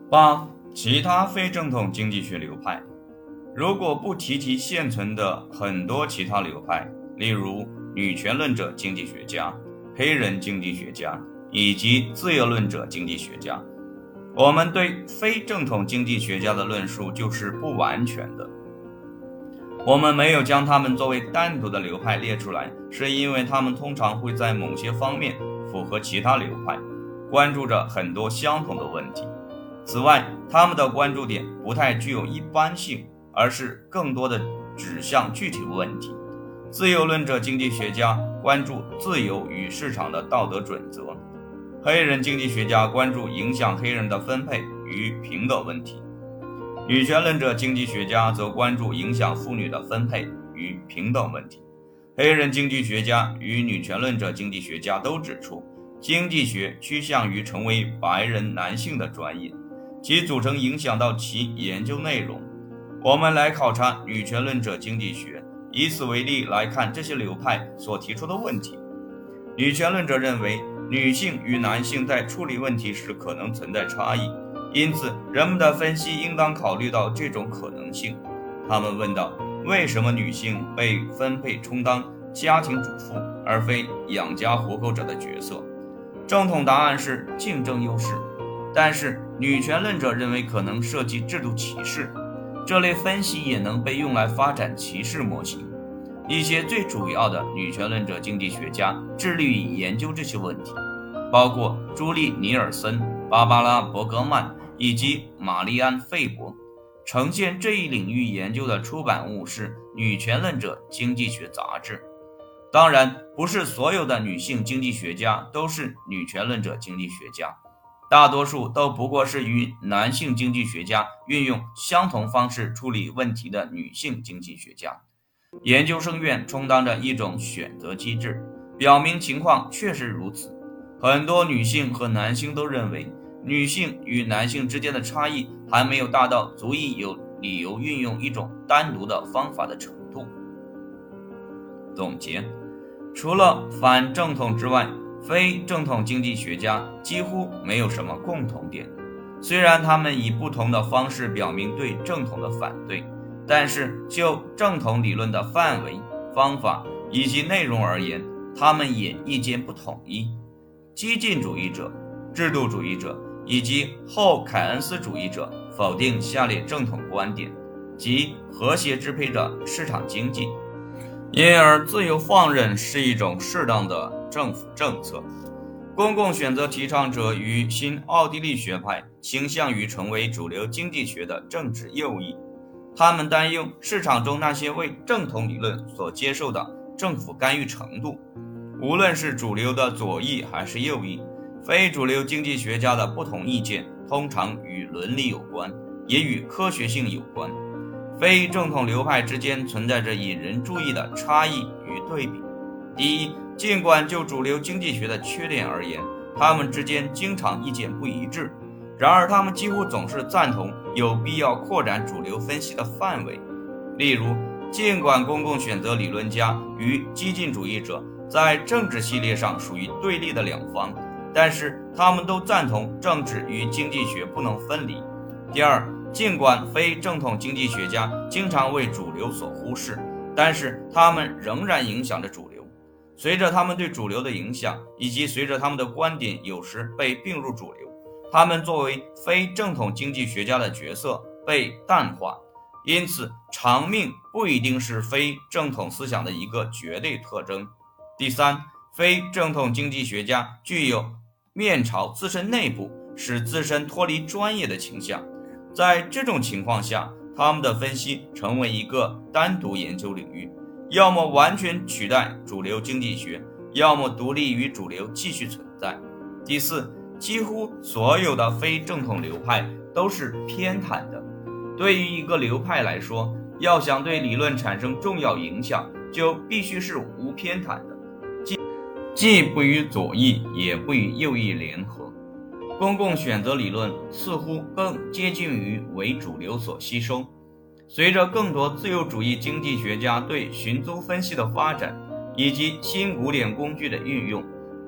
八、其他非正统经济学流派。如果不提及现存的很多其他流派，例如女权论者经济学家、黑人经济学家以及自由论者经济学家，我们对非正统经济学家的论述就是不完全的。我们没有将他们作为单独的流派列出来，是因为他们通常会在某些方面符合其他流派，关注着很多相同的问题。此外，他们的关注点不太具有一般性，而是更多的指向具体问题。自由论者经济学家关注自由与市场的道德准则，黑人经济学家关注影响黑人的分配与平等问题，女权论者经济学家则关注影响妇女的分配与平等问题。黑人经济学家与女权论者经济学家都指出，经济学趋向于成为白人男性的专业，其组成影响到其研究内容。我们来考察女权论者经济学，以此为例来看这些流派所提出的问题。女权论者认为，女性与男性在处理问题时可能存在差异，因此人们的分析应当考虑到这种可能性。他们问道，为什么女性被分配充当家庭主妇而非养家糊口者的角色？正统答案是竞争优势，但是女权论者认为可能涉及制度歧视。这类分析也能被用来发展歧视模型。一些最主要的女权论者经济学家致力于研究这些问题，包括朱莉·尼尔森、芭芭拉·伯格曼以及玛丽安·费伯。呈现这一领域研究的出版物是《女权论者经济学》杂志。当然，不是所有的女性经济学家都是女权论者经济学家，大多数都不过是与男性经济学家运用相同方式处理问题的女性经济学家。研究生院充当着一种选择机制，表明情况确实如此。很多女性和男性都认为，女性与男性之间的差异还没有大到足以有理由运用一种单独的方法的程度。总结，除了反正统之外，非正统经济学家几乎没有什么共同点。虽然他们以不同的方式表明对正统的反对，但是就正统理论的范围、方法以及内容而言，他们也意见不统一。激进主义者、制度主义者以及后凯恩斯主义者否定下列正统观点，即和谐支配的市场经济，因而自由放任是一种适当的政府政策。公共选择提倡者与新奥地利学派倾向于成为主流经济学的政治右翼，他们担忧市场中那些为正统理论所接受的政府干预程度。无论是主流的左翼还是右翼，非主流经济学家的不同意见通常与伦理有关，也与科学性有关。非正统流派之间存在着引人注意的差异与对比。第一，尽管就主流经济学的缺点而言，他们之间经常意见不一致，然而他们几乎总是赞同有必要扩展主流分析的范围。例如，尽管公共选择理论家与激进主义者在政治系列上属于对立的两方，但是他们都赞同政治与经济学不能分离。第二，尽管非正统经济学家经常为主流所忽视，但是他们仍然影响着主流。随着他们对主流的影响，以及随着他们的观点有时被并入主流，他们作为非正统经济学家的角色被淡化。因此，长命不一定是非正统思想的一个绝对特征。第三，非正统经济学家具有面朝自身内部，使自身脱离专业的倾向。在这种情况下，他们的分析成为一个单独研究领域，要么完全取代主流经济学，要么独立于主流继续存在。第四，几乎所有的非正统流派都是偏袒的。对于一个流派来说，要想对理论产生重要影响，就必须是无偏袒的，既不与左翼也不与右翼联合。公共选择理论似乎更接近于为主流所吸收。随着更多自由主义经济学家对寻租分析的发展以及新古典工具的运用，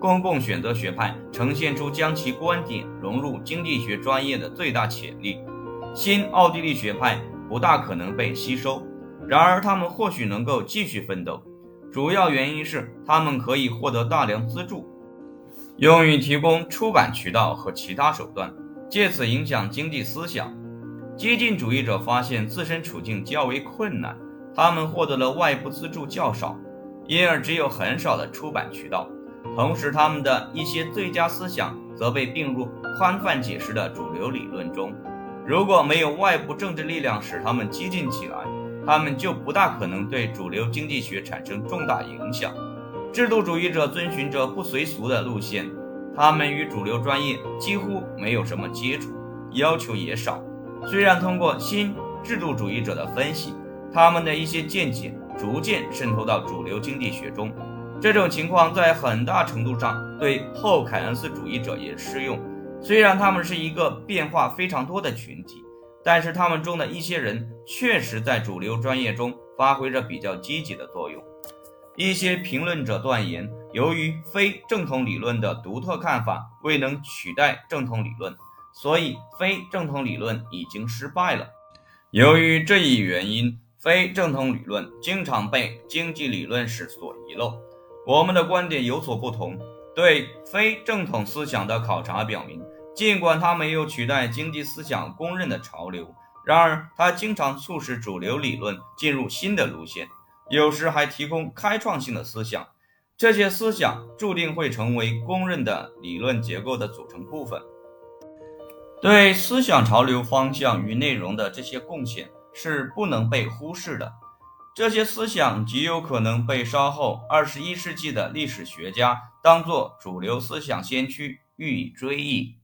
公共选择学派呈现出将其观点融入经济学专业的最大潜力。新奥地利学派不大可能被吸收，然而他们或许能够继续奋斗，主要原因是他们可以获得大量资助，用于提供出版渠道和其他手段，借此影响经济思想。激进主义者发现自身处境较为困难，他们获得了外部资助较少，因而只有很少的出版渠道。同时，他们的一些最佳思想则被并入宽泛解释的主流理论中。如果没有外部政治力量使他们激进起来，他们就不大可能对主流经济学产生重大影响。制度主义者遵循着不随俗的路线，他们与主流专业几乎没有什么接触，要求也少。虽然通过新制度主义者的分析，他们的一些见解逐渐渗透到主流经济学中，这种情况在很大程度上对后凯恩斯主义者也适用。虽然他们是一个变化非常多的群体，但是他们中的一些人确实在主流专业中发挥着比较积极的作用。一些评论者断言，由于非正统理论的独特看法未能取代正统理论，所以非正统理论已经失败了。由于这一原因，非正统理论经常被经济理论史所遗漏。我们的观点有所不同。对非正统思想的考察表明，尽管它没有取代经济思想公认的潮流，然而它经常促使主流理论进入新的路线，有时还提供开创性的思想。这些思想注定会成为公认的理论结构的组成部分。对思想潮流方向与内容的这些贡献是不能被忽视的。这些思想极有可能被稍后21世纪的历史学家当作主流思想先驱予以追忆。